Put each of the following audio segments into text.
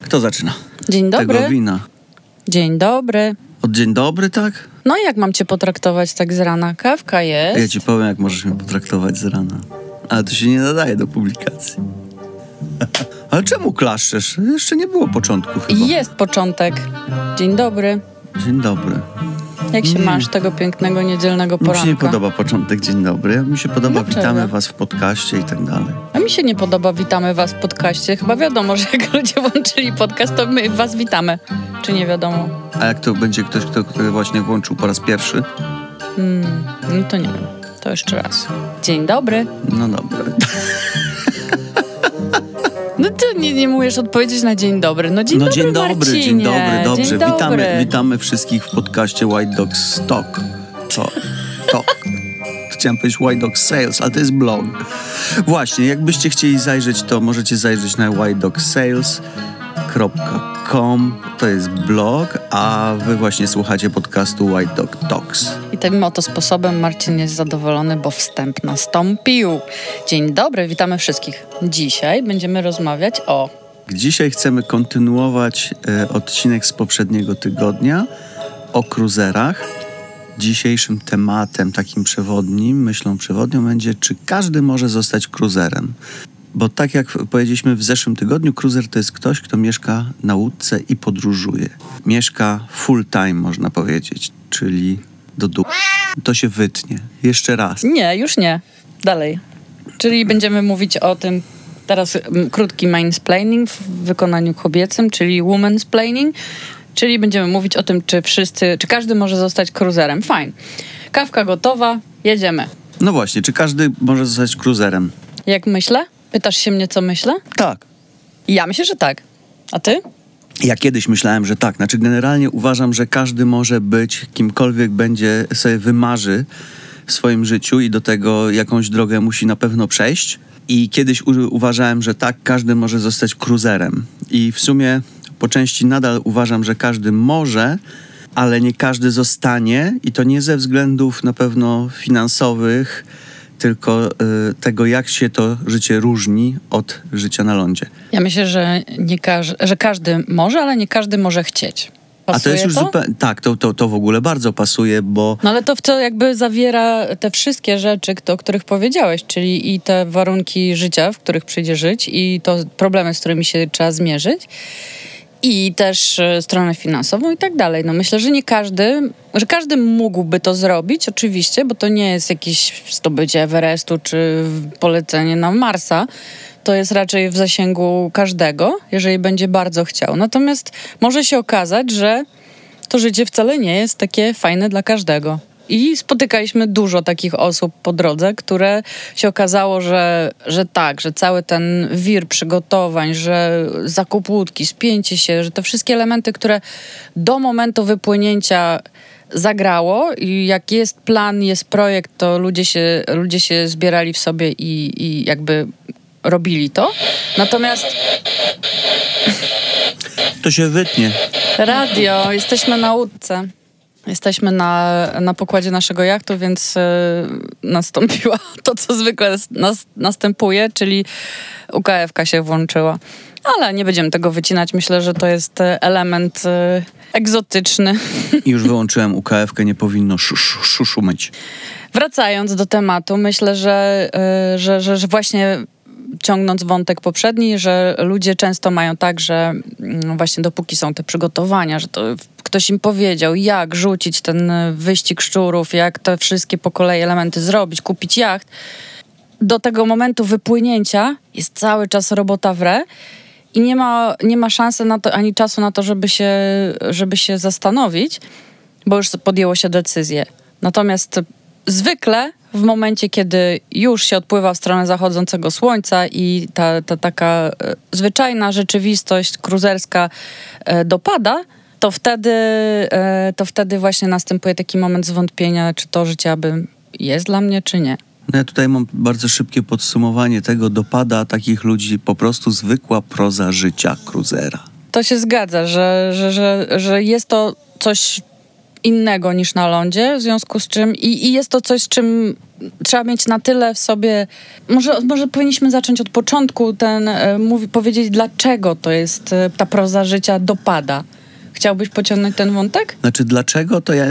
Kto zaczyna? Dzień dobry. Tego wina. Dzień dobry. Od dzień dobry, tak? No i jak mam cię potraktować tak z rana? Kawka jest. Ja ci powiem, jak możesz mnie potraktować z rana. Ale to się nie nadaje do publikacji. Ale czemu klaszczesz? Jeszcze nie było początku chyba. Jest początek. Dzień dobry. Dzień dobry. Jak się masz tego pięknego niedzielnego poranka? Mi się nie podoba początek dzień dobry. Mi się podoba Dlaczego? witamy was w podcaście i tak dalej. A mi się nie podoba witamy was w podcaście. Chyba wiadomo, że jak ludzie włączyli podcast, to my was witamy. Czy nie wiadomo? A jak to będzie ktoś, kto właśnie włączył po raz pierwszy? No to nie wiem. To jeszcze raz. Dzień dobry. No dobra. No ty nie mówisz odpowiedzieć na dzień dobry. No dzień dobry, Marcinie. Dzień dobry, dobrze. Dzień dobry. Witamy wszystkich w podcaście White Dogs Talk. Talk. Chciałem powiedzieć White Dogs Sales, ale to jest blog. Właśnie, jakbyście chcieli zajrzeć, to możecie zajrzeć na whitedogsales.com. To jest blog, a wy właśnie słuchacie podcastu White Dog Talks. I tym oto sposobem Marcin jest zadowolony, bo wstęp nastąpił. Dzień dobry, witamy wszystkich. Dzisiaj będziemy rozmawiać o... Dzisiaj chcemy kontynuować odcinek z poprzedniego tygodnia o kruzerach. Dzisiejszym tematem takim myślą przewodnią będzie, czy każdy może zostać kruzerem. Bo tak jak powiedzieliśmy w zeszłym tygodniu, kruzer to jest ktoś, kto mieszka na łódce i podróżuje. Mieszka full time, można powiedzieć, czyli to się wytnie. Jeszcze raz. Nie, już nie. Dalej. Czyli będziemy mówić o tym, teraz krótki mansplaining w wykonaniu kobiecym, czyli womansplaining, czyli będziemy mówić o tym, czy każdy może zostać kruzerem. Fajnie. Kawka gotowa, jedziemy. No właśnie, czy każdy może zostać kruzerem? Jak myślę? Pytasz się mnie, co myślę? Tak. Ja myślę, że tak. A ty? Ja kiedyś myślałem, że tak. Znaczy generalnie uważam, że każdy może być kimkolwiek będzie sobie wymarzy w swoim życiu i do tego jakąś drogę musi na pewno przejść. I kiedyś uważałem, że tak, każdy może zostać kruzerem. I w sumie po części nadal uważam, że każdy może, ale nie każdy zostanie i to nie ze względów na pewno finansowych, tylko tego, jak się to życie różni od życia na lądzie. Ja myślę, że że każdy może, ale nie każdy może chcieć. Pasuje? A to jest już zupełnie... Tak, to w ogóle bardzo pasuje, bo... No ale to w co jakby zawiera te wszystkie rzeczy, o których powiedziałeś, czyli i te warunki życia, w których przyjdzie żyć, i to problemy, z którymi się trzeba zmierzyć, i też stronę finansową i tak dalej. No myślę, że że każdy mógłby to zrobić, oczywiście, bo to nie jest jakieś zdobycie Everestu czy polecenie na Marsa. To jest raczej w zasięgu każdego, jeżeli będzie bardzo chciał. Natomiast może się okazać, że to życie wcale nie jest takie fajne dla każdego. I spotykaliśmy dużo takich osób po drodze, które się okazało, że cały ten wir przygotowań, że zakup łódki, spięcie się, że te wszystkie elementy, które do momentu wypłynięcia zagrało i jak jest plan, jest projekt, to ludzie się zbierali w sobie i jakby robili to. Natomiast... To się wytnie. Radio, jesteśmy na łódce. Jesteśmy na pokładzie naszego jachtu, więc nastąpiło to, co zwykle następuje, czyli UKF-ka się włączyła. Ale nie będziemy tego wycinać. Myślę, że to jest element egzotyczny. Już wyłączyłem UKF-kę, nie powinno szumyć. Wracając do tematu, myślę, że właśnie ciągnąc wątek poprzedni, że ludzie często mają tak, że właśnie dopóki są te przygotowania, że to ktoś im powiedział, jak rzucić ten wyścig szczurów, jak te wszystkie po kolei elementy zrobić, kupić jacht, do tego momentu wypłynięcia jest cały czas robota w re i nie ma szansy na to, ani czasu na to, żeby się zastanowić, bo już podjęło się decyzję. Natomiast zwykle w momencie, kiedy już się odpływa w stronę zachodzącego słońca i ta taka zwyczajna rzeczywistość kruzerska dopada, to wtedy właśnie następuje taki moment zwątpienia, czy to życie aby jest dla mnie, czy nie. No ja tutaj mam bardzo szybkie podsumowanie tego. Dopada takich ludzi po prostu zwykła proza życia kruzera. To się zgadza, że jest to coś innego niż na lądzie, w związku z czym i jest to coś, z czym trzeba mieć na tyle w sobie... Może powinniśmy zacząć od początku, powiedzieć, dlaczego to jest ta proza życia dopada. Chciałbyś pociągnąć ten wątek? Dlaczego to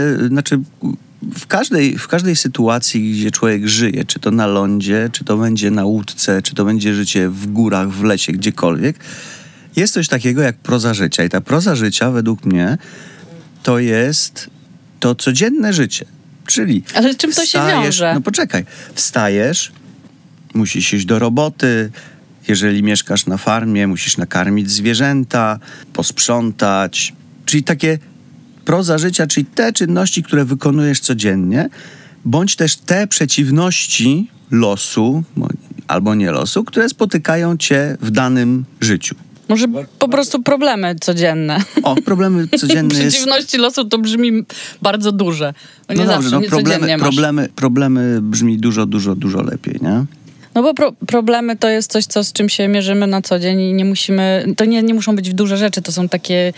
w każdej sytuacji, gdzie człowiek żyje, czy to na lądzie, czy to będzie na łódce, czy to będzie życie w górach, w lesie, gdziekolwiek, jest coś takiego jak proza życia. I ta proza życia, według mnie, to jest to codzienne życie. Czyli ale z czym to się wiąże? No poczekaj. Wstajesz, musisz iść do roboty. Jeżeli mieszkasz na farmie, musisz nakarmić zwierzęta, posprzątać. Czyli takie proza życia, czyli te czynności, które wykonujesz codziennie, bądź też te przeciwności losu, albo nie losu, które spotykają cię w danym życiu. Może po prostu problemy codzienne. Problemy codzienne Przeciwności losu to brzmi bardzo duże. Nie zawsze, nie codziennie masz. Problemy brzmi dużo lepiej, nie? No bo problemy to jest coś, z czym się mierzymy na co dzień i nie musimy... To nie muszą być duże rzeczy, to są takie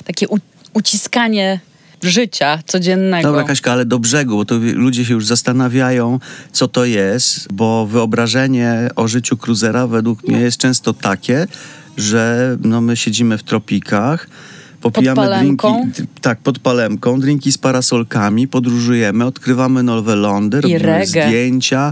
uciskanie życia codziennego. Dobra, Kaśka, ale do brzegu, bo to ludzie się już zastanawiają, co to jest, bo wyobrażenie o życiu kruzera według mnie jest często takie, że my siedzimy w tropikach, popijamy drinki, pod palemką, drinki z parasolkami, podróżujemy, odkrywamy nowe lądy, robimy zdjęcia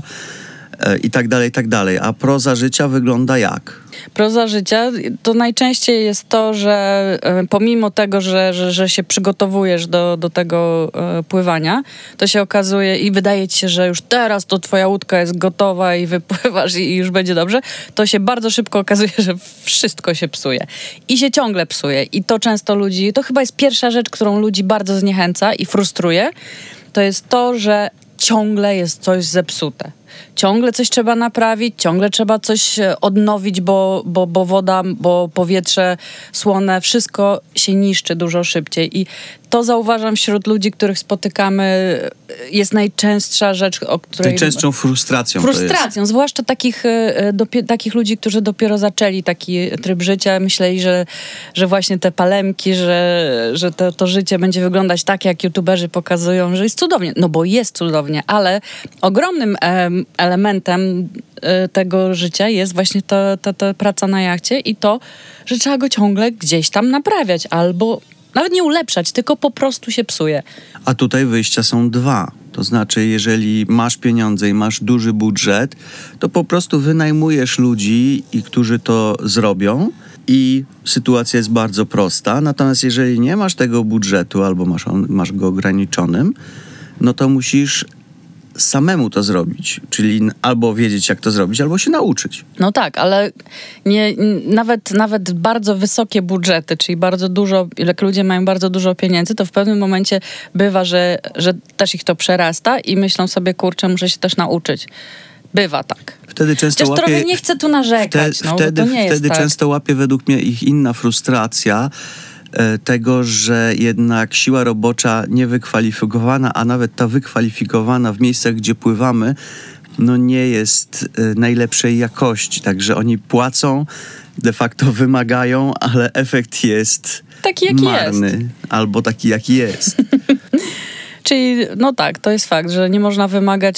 i tak dalej. A proza życia wygląda jak? Proza życia to najczęściej jest to, że pomimo tego, że się przygotowujesz do tego pływania, to się okazuje i wydaje ci się, że już teraz to twoja łódka jest gotowa i wypływasz i już będzie dobrze, to się bardzo szybko okazuje, że wszystko się psuje. I się ciągle psuje. I to często ludzi, to chyba jest pierwsza rzecz, którą ludzi bardzo zniechęca i frustruje, to jest to, że ciągle jest coś zepsute. Ciągle coś trzeba naprawić, ciągle trzeba coś odnowić, bo woda, bo powietrze słone, wszystko się niszczy dużo szybciej. I to zauważam wśród ludzi, których spotykamy, jest najczęststsza rzecz, o której... Najczęstszą frustracją to jest. Zwłaszcza takich ludzi, którzy dopiero zaczęli taki tryb życia, myśleli, że właśnie te palemki, że to życie będzie wyglądać tak, jak youtuberzy pokazują, że jest cudownie. No bo jest cudownie, ale ogromnym elementem tego życia jest właśnie ta praca na jachcie i to, że trzeba go ciągle gdzieś tam naprawiać albo nawet nie ulepszać, tylko po prostu się psuje. A tutaj wyjścia są dwa. To znaczy, jeżeli masz pieniądze i masz duży budżet, to po prostu wynajmujesz ludzi, którzy to zrobią i sytuacja jest bardzo prosta. Natomiast jeżeli nie masz tego budżetu albo masz go ograniczonym, no to musisz samemu to zrobić, czyli albo wiedzieć, jak to zrobić, albo się nauczyć. No tak, ale nawet bardzo wysokie budżety, czyli bardzo dużo, jak ludzie mają bardzo dużo pieniędzy, to w pewnym momencie bywa, że też ich to przerasta i myślą sobie, kurczę, muszę się też nauczyć. Bywa tak. Wtedy często trochę nie chcę tu narzekać. Wtedy często łapie według mnie ich inna frustracja, tego, że jednak siła robocza niewykwalifikowana, a nawet ta wykwalifikowana w miejscach, gdzie pływamy, nie jest najlepszej jakości. Także oni płacą, de facto wymagają, ale efekt jest taki, jaki marny. Jest. Albo taki, jaki jest. Czyli, tak, to jest fakt, że nie można wymagać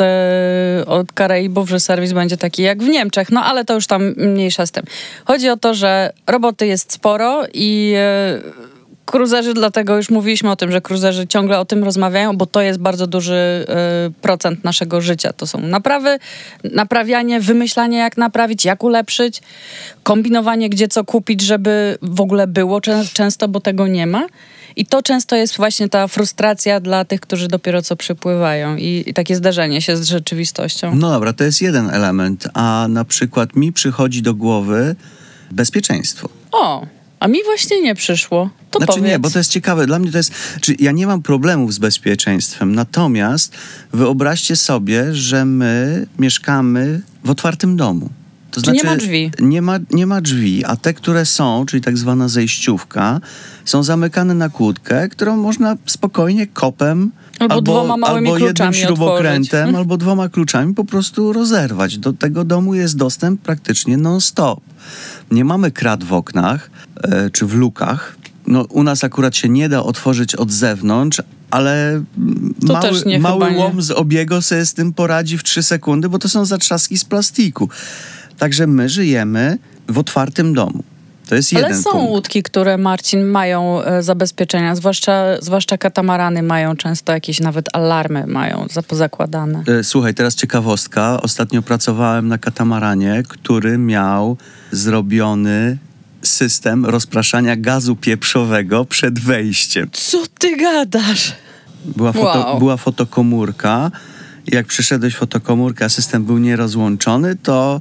od Karaibów, że serwis będzie taki jak w Niemczech, ale to już tam mniejsza z tym. Chodzi o to, że roboty jest sporo i cruiserzy, dlatego już mówiliśmy o tym, że cruiserzy ciągle o tym rozmawiają, bo to jest bardzo duży procent naszego życia. To są naprawy, naprawianie, wymyślanie jak naprawić, jak ulepszyć, kombinowanie gdzie co kupić, żeby w ogóle było często, bo tego nie ma. I to często jest właśnie ta frustracja dla tych, którzy dopiero co przypływają i takie zderzenie się z rzeczywistością. No dobra, to jest jeden element, a na przykład mi przychodzi do głowy bezpieczeństwo. A mi właśnie nie przyszło. To powiedz. Nie, bo to jest ciekawe. Dla mnie to jest... ja nie mam problemów z bezpieczeństwem, natomiast wyobraźcie sobie, że my mieszkamy w otwartym domu. To znaczy, nie ma drzwi. Nie ma drzwi, a te, które są, czyli tak zwana zejściówka, są zamykane na kłódkę, którą można spokojnie kopem albo jednym śrubokrętem, otworzyć. Albo 2 kluczami po prostu rozerwać. Do tego domu jest dostęp praktycznie non-stop. Nie mamy krat w oknach czy w lukach, No, u nas akurat się nie da otworzyć od zewnątrz, ale mały łom z Obiego sobie z tym poradzi w 3 sekundy, bo to są zatrzaski z plastiku. Także my żyjemy w otwartym domu. To jest jeden punkt. Ale są łódki, które, Marcin, mają zabezpieczenia, zwłaszcza katamarany mają często jakieś nawet alarmy mają pozakładane. Słuchaj, teraz ciekawostka. Ostatnio pracowałem na katamaranie, który miał zrobiony system rozpraszania gazu pieprzowego przed wejściem. Co ty gadasz? Była fotokomórka. Jak przyszedłeś fotokomórkę, a system był nierozłączony, to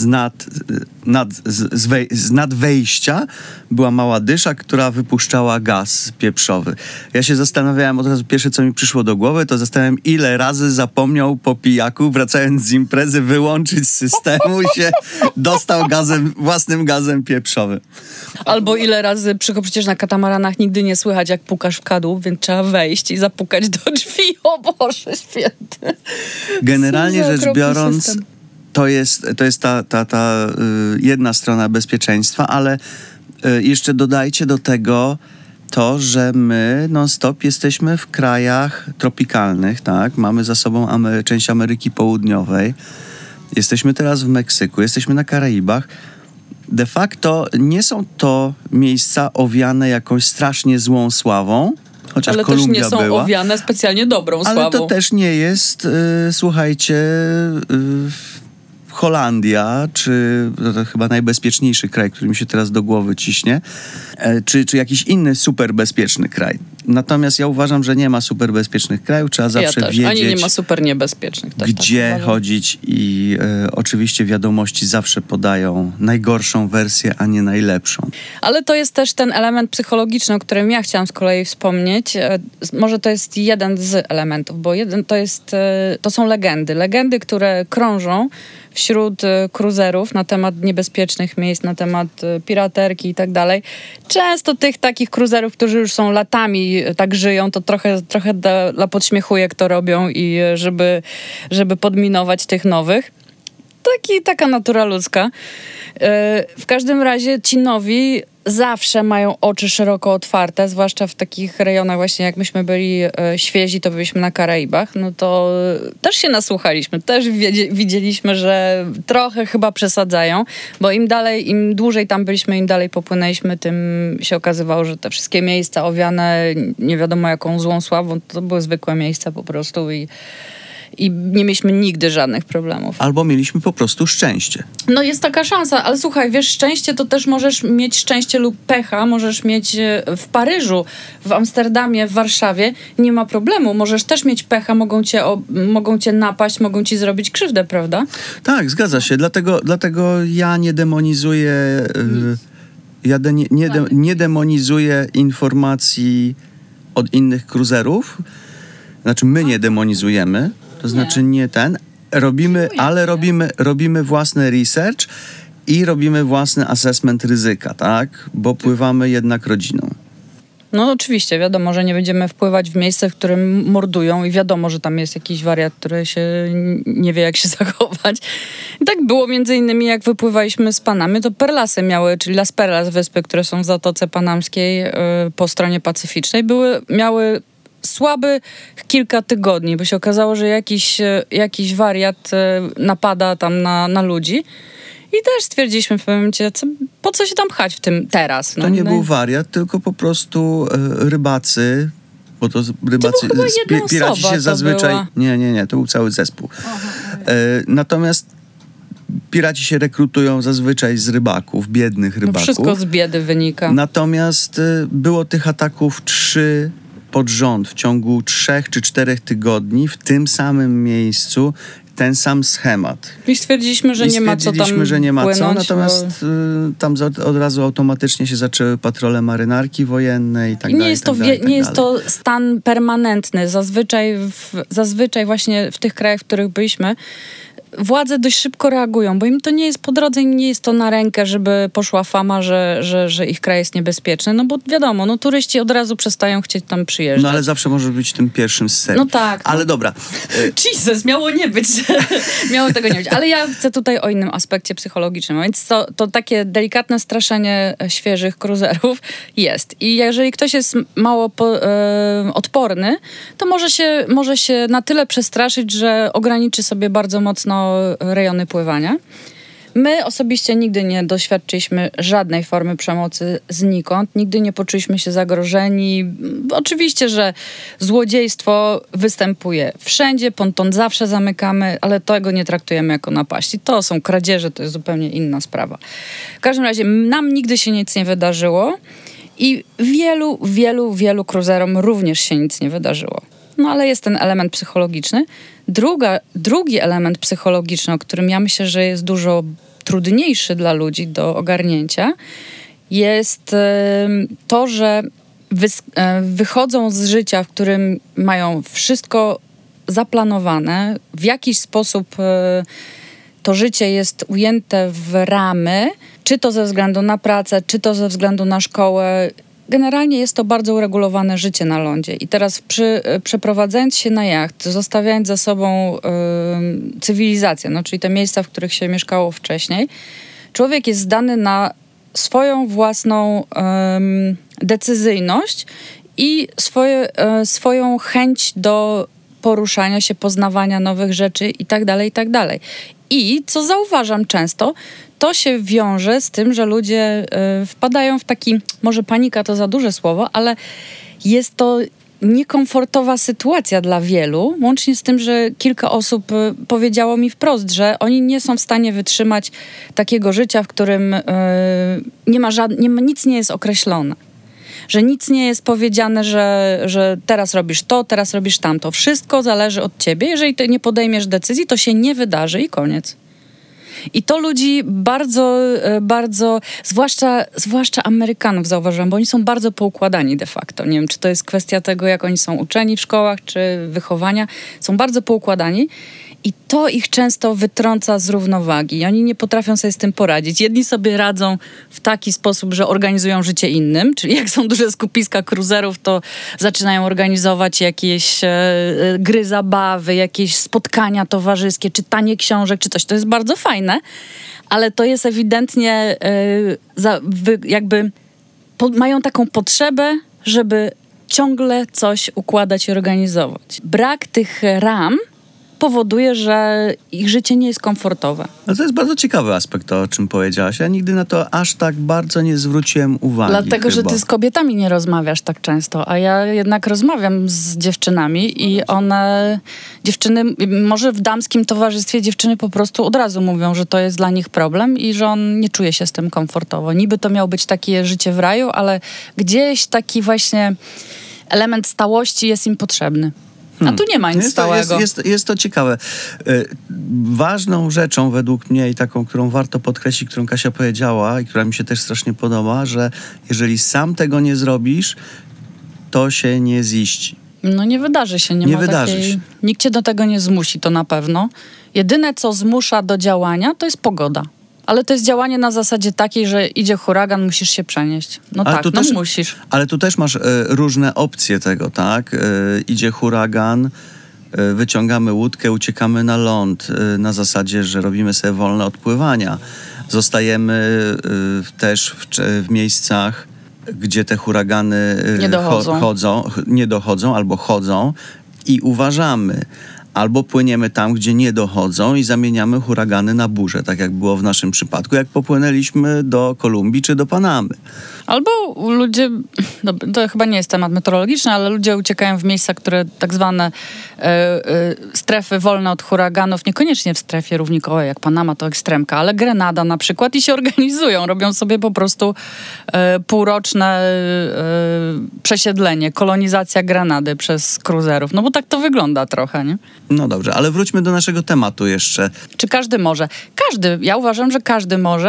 z nad wejścia była mała dysza, która wypuszczała gaz pieprzowy. Ja się zastanawiałem, od razu pierwsze, co mi przyszło do głowy, to zastanawiałem, ile razy zapomniał po pijaku, wracając z imprezy, wyłączyć z systemu i się dostał własnym gazem pieprzowym. Albo ile razy, przecież na katamaranach nigdy nie słychać, jak pukasz w kadłub, więc trzeba wejść i zapukać do drzwi. O Boże święty. Generalnie rzecz biorąc, system. To jest ta jedna strona bezpieczeństwa, ale jeszcze dodajcie do tego to, że my non-stop jesteśmy w krajach tropikalnych, tak? Mamy za sobą część Ameryki Południowej. Jesteśmy teraz w Meksyku, jesteśmy na Karaibach. De facto nie są to miejsca owiane jakąś strasznie złą sławą, chociaż ale Kolumbia też nie są owiane specjalnie dobrą sławą. Ale to też nie jest, słuchajcie... Holandia, czy to chyba najbezpieczniejszy kraj, który mi się teraz do głowy ciśnie, czy jakiś inny super bezpieczny kraj. Natomiast ja uważam, że nie ma super bezpiecznych krajów, trzeba zawsze wiedzieć, ani nie ma super niebezpiecznych. Gdzie chodzić i oczywiście wiadomości zawsze podają najgorszą wersję, a nie najlepszą. Ale to jest też ten element psychologiczny, o którym ja chciałam z kolei wspomnieć. Może to jest jeden z elementów, bo jeden to są legendy. Legendy, które krążą wśród cruiserów na temat niebezpiecznych miejsc, na temat piraterki i tak dalej. Często tych takich cruiserów, którzy już są latami tak żyją, to trochę dla podśmiechu, jak to robią i żeby podminować tych nowych. Taka natura ludzka. W każdym razie ci nowi zawsze mają oczy szeroko otwarte, zwłaszcza w takich rejonach właśnie, jak myśmy byli świezi, to byliśmy na Karaibach, no to też się nasłuchaliśmy, też widzieliśmy, że trochę chyba przesadzają, bo im dłużej tam byliśmy, im dalej popłynęliśmy, tym się okazywało, że te wszystkie miejsca owiane nie wiadomo jaką złą sławą, to były zwykłe miejsca po prostu i nie mieliśmy nigdy żadnych problemów. Albo mieliśmy po prostu szczęście. No jest taka szansa, ale słuchaj, wiesz, szczęście to też możesz mieć szczęście lub pecha, możesz mieć w Paryżu, w Amsterdamie, w Warszawie, nie ma problemu, możesz też mieć pecha, mogą cię napaść, mogą ci zrobić krzywdę, prawda? Tak, zgadza się, dlatego ja nie demonizuję nie demonizuję informacji od innych cruiserów, znaczy my nie demonizujemy, to znaczy nie ten, robimy własny research i robimy własny assessment ryzyka, tak? Bo pływamy jednak rodziną. No oczywiście, wiadomo, że nie będziemy wpływać w miejsce, w którym mordują i wiadomo, że tam jest jakiś wariat, który się nie wie, jak się zachować. I tak było między innymi, jak wypływaliśmy z Panamy, to Perlasy miały, czyli Las Perlas, wyspy, które są w Zatoce Panamskiej po stronie pacyficznej, miały słaby kilka tygodni, bo się okazało, że jakiś wariat napada tam na ludzi. I też stwierdziliśmy w pewnym momencie, po co się tam pchać w tym teraz? No, to nie był wariat, tylko po prostu rybacy, bo to rybacy, piraci się zazwyczaj... Nie, to był cały zespół. Natomiast piraci się rekrutują zazwyczaj z rybaków, biednych rybaków. No wszystko z biedy wynika. Natomiast było tych ataków 3 pod rząd w ciągu 3 czy 4 tygodni w tym samym miejscu, ten sam schemat. I stwierdziliśmy, że nie ma co tam płynąć, natomiast tam od razu automatycznie się zaczęły patrole marynarki wojennej i tak dalej. Nie jest to stan permanentny. Zazwyczaj właśnie w tych krajach, w których byliśmy, władze dość szybko reagują, bo im to nie jest po drodze, im nie jest to na rękę, żeby poszła fama, że ich kraj jest niebezpieczny. No bo wiadomo, no turyści od razu przestają chcieć tam przyjeżdżać. No ale zawsze możesz być tym pierwszym z serii. No tak. Ale dobra. Jesus, miało nie być. Miało tego nie być. Ale ja chcę tutaj o innym aspekcie psychologicznym. Więc to takie delikatne straszenie świeżych cruiserów jest. I jeżeli ktoś jest mało odporny, to może się na tyle przestraszyć, że ograniczy sobie bardzo mocno rejony pływania. My osobiście nigdy nie doświadczyliśmy żadnej formy przemocy znikąd. Nigdy nie poczuliśmy się zagrożeni. Oczywiście, że złodziejstwo występuje wszędzie, ponton zawsze zamykamy, ale tego nie traktujemy jako napaści. To są kradzieże, to jest zupełnie inna sprawa. W każdym razie nam nigdy się nic nie wydarzyło i wielu cruiserom również się nic nie wydarzyło. No ale jest ten element psychologiczny. Drugi element psychologiczny, o którym ja myślę, że jest dużo trudniejszy dla ludzi do ogarnięcia, jest to, że wychodzą z życia, w którym mają wszystko zaplanowane, w jakiś sposób to życie jest ujęte w ramy, czy to ze względu na pracę, czy to ze względu na szkołę. Generalnie jest to bardzo uregulowane życie na lądzie. I teraz przeprowadzając się na jacht, zostawiając za sobą cywilizację, no, czyli te miejsca, w których się mieszkało wcześniej, człowiek jest zdany na swoją własną decyzyjność i swoją chęć do poruszania się, poznawania nowych rzeczy i tak dalej, i tak dalej. I, co zauważam często, to się wiąże z tym, że ludzie wpadają w taki, może panika to za duże słowo, ale jest to niekomfortowa sytuacja dla wielu, łącznie z tym, że kilka osób powiedziało mi wprost, że oni nie są w stanie wytrzymać takiego życia, w którym nic nie jest określone. Że nic nie jest powiedziane, że teraz robisz to, teraz robisz tamto. Wszystko zależy od ciebie. Jeżeli ty nie podejmiesz decyzji, to się nie wydarzy i koniec. I to ludzi bardzo, zwłaszcza Amerykanów zauważyłam, bo oni są bardzo poukładani de facto. Nie wiem, czy to jest kwestia tego, jak oni są uczeni w szkołach, czy wychowania. Są bardzo poukładani i to ich często wytrąca z równowagi. I oni nie potrafią sobie z tym poradzić. Jedni sobie radzą w taki sposób, że organizują życie innym, czyli jak są duże skupiska cruiserów, to zaczynają organizować jakieś gry zabawy, jakieś spotkania towarzyskie, czytanie książek, czy coś. To jest bardzo fajne, ale to jest ewidentnie mają taką potrzebę, żeby ciągle coś układać i organizować. Brak tych ram powoduje, że ich życie nie jest komfortowe. No to jest bardzo ciekawy aspekt, o czym powiedziałaś. Ja nigdy na to aż tak bardzo nie zwróciłem uwagi. Dlatego, że ty z kobietami nie rozmawiasz tak często, a ja jednak rozmawiam z dziewczynami i dziewczyny, może w damskim towarzystwie dziewczyny po prostu od razu mówią, że to jest dla nich problem i że on nie czuje się z tym komfortowo. Niby to miało być takie życie w raju, ale gdzieś taki właśnie element stałości jest im potrzebny. A tu nie ma nic stałego. Jest to ciekawe. Ważną rzeczą według mnie i taką, którą warto podkreślić, którą Kasia powiedziała i która mi się też strasznie podoba, że jeżeli sam tego nie zrobisz, to się nie ziści. No nie wydarzy się. Nie wydarzy się. Nikt cię do tego nie zmusi, to na pewno. Jedyne, co zmusza do działania, to jest pogoda. Ale to jest działanie na zasadzie takiej, że idzie huragan, musisz się przenieść. No ale tak, też, musisz. Ale tu też masz różne opcje tego, tak? Idzie huragan, wyciągamy łódkę, uciekamy na ląd na zasadzie, że robimy sobie wolne odpływania. Zostajemy też w miejscach, gdzie te huragany nie dochodzą albo chodzą i uważamy. Albo płyniemy tam, gdzie nie dochodzą i zamieniamy huragany na burze, tak jak było w naszym przypadku, jak popłynęliśmy do Kolumbii czy do Panamy. Albo ludzie, to chyba nie jest temat meteorologiczny, ale ludzie uciekają w miejsca, które tak zwane strefy wolne od huraganów, niekoniecznie w strefie równikowej, jak Panama to ekstremka, ale Grenada na przykład i się organizują, robią sobie po prostu półroczne przesiedlenie, kolonizacja Grenady przez cruiserów. No bo tak to wygląda trochę, nie? No dobrze, ale wróćmy do naszego tematu jeszcze. Czy każdy może? Ja uważam, że każdy może,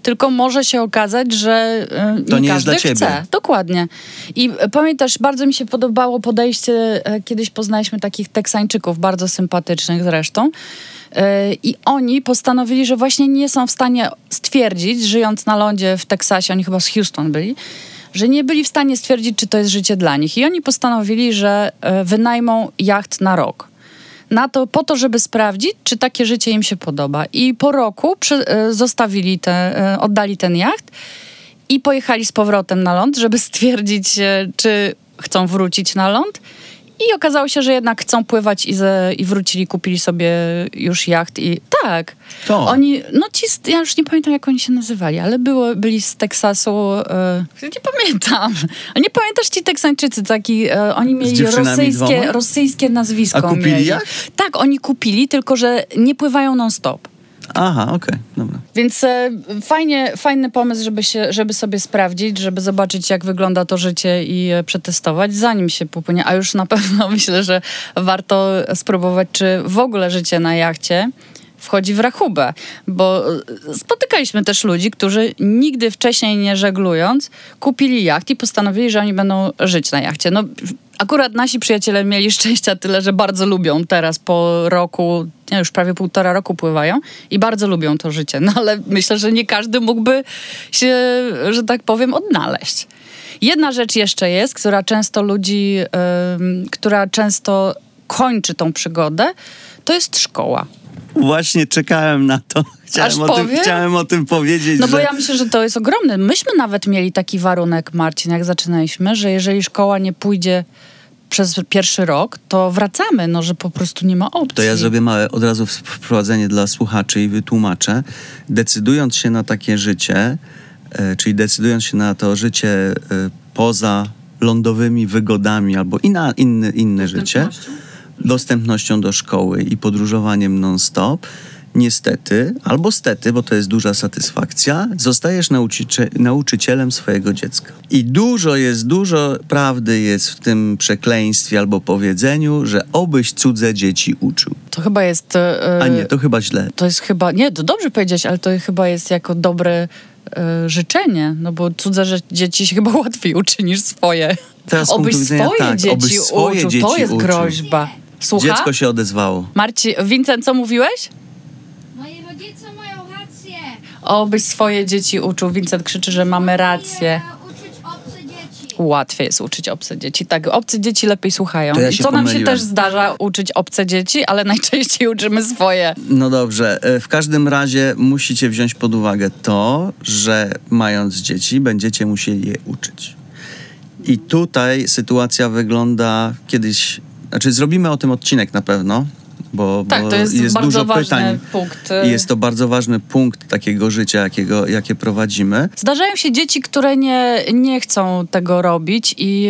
tylko może się okazać, że to nie każdy jest dla chce. ciebie. Dokładnie. I pamiętasz, bardzo mi się podobało podejście, kiedyś poznaliśmy takich Teksańczyków, bardzo sympatycznych zresztą, i oni postanowili, że właśnie nie są w stanie stwierdzić, żyjąc na lądzie w Teksasie, oni chyba z Houston byli, że nie byli w stanie stwierdzić, czy to jest życie dla nich. I oni postanowili, że wynajmą jacht na rok. Po to, żeby sprawdzić, czy takie życie im się podoba. I po roku oddali ten jacht i pojechali z powrotem na ląd, żeby stwierdzić, czy chcą wrócić na ląd. I okazało się, że jednak chcą pływać i wrócili, kupili sobie już jacht i tak. To. Oni, ja już nie pamiętam, jak oni się nazywali, ale byli z Teksasu, nie pamiętam. A nie pamiętasz ci Teksańczycy, oni mieli rosyjskie nazwisko. A kupili mieli. jacht? Tak, oni kupili, tylko że nie pływają non-stop. Aha, okej, dobra. Więc fajny pomysł, żeby sobie sprawdzić, żeby zobaczyć, jak wygląda to życie i przetestować, zanim się popłynie. A już na pewno myślę, że warto spróbować, czy w ogóle życie na jachcie wchodzi w rachubę. Bo spotykaliśmy też ludzi, którzy nigdy wcześniej nie żeglując, kupili jacht i postanowili, że oni będą żyć na jachcie. Akurat nasi przyjaciele mieli szczęścia tyle, że bardzo lubią teraz po roku, już prawie 1,5 roku pływają i bardzo lubią to życie. Ale myślę, że nie każdy mógłby się, że tak powiem, odnaleźć. Jedna rzecz jeszcze jest, która często kończy tą przygodę, to jest szkoła. Właśnie czekałem na to. Chciałem o tym powiedzieć. Bo ja myślę, że to jest ogromne. Myśmy nawet mieli taki warunek, Marcin, jak zaczynaliśmy, że jeżeli szkoła nie pójdzie przez pierwszy rok, to wracamy, że po prostu nie ma opcji. To ja zrobię małe od razu wprowadzenie dla słuchaczy i wytłumaczę. Decydując się na takie życie, czyli decydując się na to życie poza lądowymi wygodami albo inne życie, dostępnością do szkoły i podróżowaniem non-stop, niestety, albo stety, bo to jest duża satysfakcja, zostajesz nauczycielem swojego dziecka. I dużo prawdy jest w tym przekleństwie albo powiedzeniu, że obyś cudze dzieci uczył. To chyba jest... A nie, to chyba źle. To jest chyba... Nie, to dobrze powiedziałeś, ale to chyba jest jako dobre życzenie, bo cudze dzieci się chyba łatwiej uczy niż swoje. Teraz obyś swoje dzieci uczył. To jest groźba. Słucha? Dziecko się odezwało. Marcin, Vincent, co mówiłeś? Moi rodzice mają rację. Obyś swoje dzieci uczył. Vincent krzyczy, że mamy rację. Uczyć obce dzieci. Łatwiej jest uczyć obce dzieci. Tak, obce dzieci lepiej słuchają. Ja Co nam się też zdarza uczyć obce dzieci, ale najczęściej uczymy swoje. No dobrze. W każdym razie musicie wziąć pod uwagę to, że mając dzieci, będziecie musieli je uczyć. I tutaj sytuacja wygląda kiedyś... zrobimy o tym odcinek na pewno, bo to jest bardzo dużo ważny pytań. Punkt. I jest to bardzo ważny punkt takiego życia, jakie prowadzimy. Zdarzają się dzieci, które nie chcą tego robić i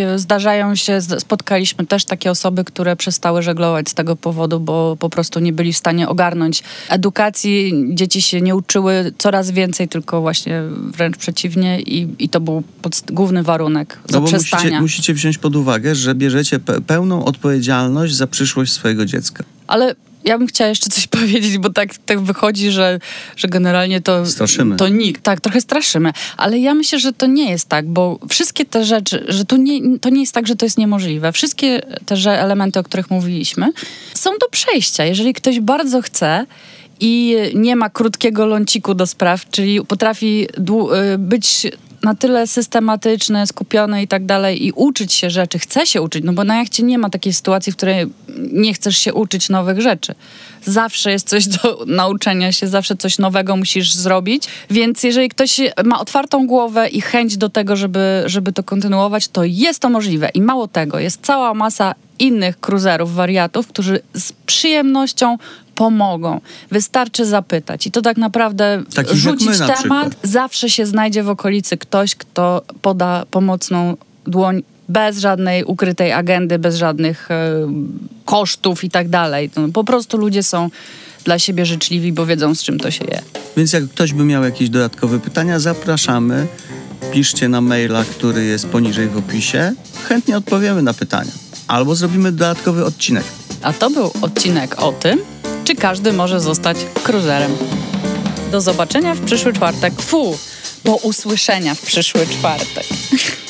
spotkaliśmy też takie osoby, które przestały żeglować z tego powodu, bo po prostu nie byli w stanie ogarnąć edukacji. Dzieci się nie uczyły coraz więcej, tylko właśnie wręcz przeciwnie i to był główny warunek zaprzestania. Bo musicie wziąć pod uwagę, że bierzecie pełną odpowiedzialność za przyszłość swojego dziecka. Ale ja bym chciała jeszcze coś powiedzieć, bo tak wychodzi, że generalnie to... Straszymy. To nikt. Tak, trochę straszymy. Ale ja myślę, że to nie jest tak, bo wszystkie te rzeczy, że to nie jest tak, że to jest niemożliwe. Wszystkie te elementy, o których mówiliśmy, są do przejścia. Jeżeli ktoś bardzo chce i nie ma krótkiego ląciku do spraw, czyli potrafi być na tyle systematyczny, skupiony i tak dalej i uczyć się rzeczy, chce się uczyć, bo na jachcie nie ma takiej sytuacji, w której nie chcesz się uczyć nowych rzeczy. Zawsze jest coś do nauczenia się, zawsze coś nowego musisz zrobić, więc jeżeli ktoś ma otwartą głowę i chęć do tego, żeby to kontynuować, to jest to możliwe. I mało tego, jest cała masa innych cruiserów, wariatów, którzy z przyjemnością pomogą. Wystarczy zapytać. I to tak naprawdę rzucić temat. Zawsze się znajdzie w okolicy ktoś, kto poda pomocną dłoń bez żadnej ukrytej agendy, bez żadnych kosztów i tak dalej. Po prostu ludzie są dla siebie życzliwi, bo wiedzą, z czym to się je. Więc jak ktoś by miał jakieś dodatkowe pytania, zapraszamy. Piszcie na maila, który jest poniżej w opisie. Chętnie odpowiemy na pytania. Albo zrobimy dodatkowy odcinek. A to był odcinek o tym, czy każdy może zostać cruiserem. do zobaczenia w przyszły czwartek. Do usłyszenia w przyszły czwartek.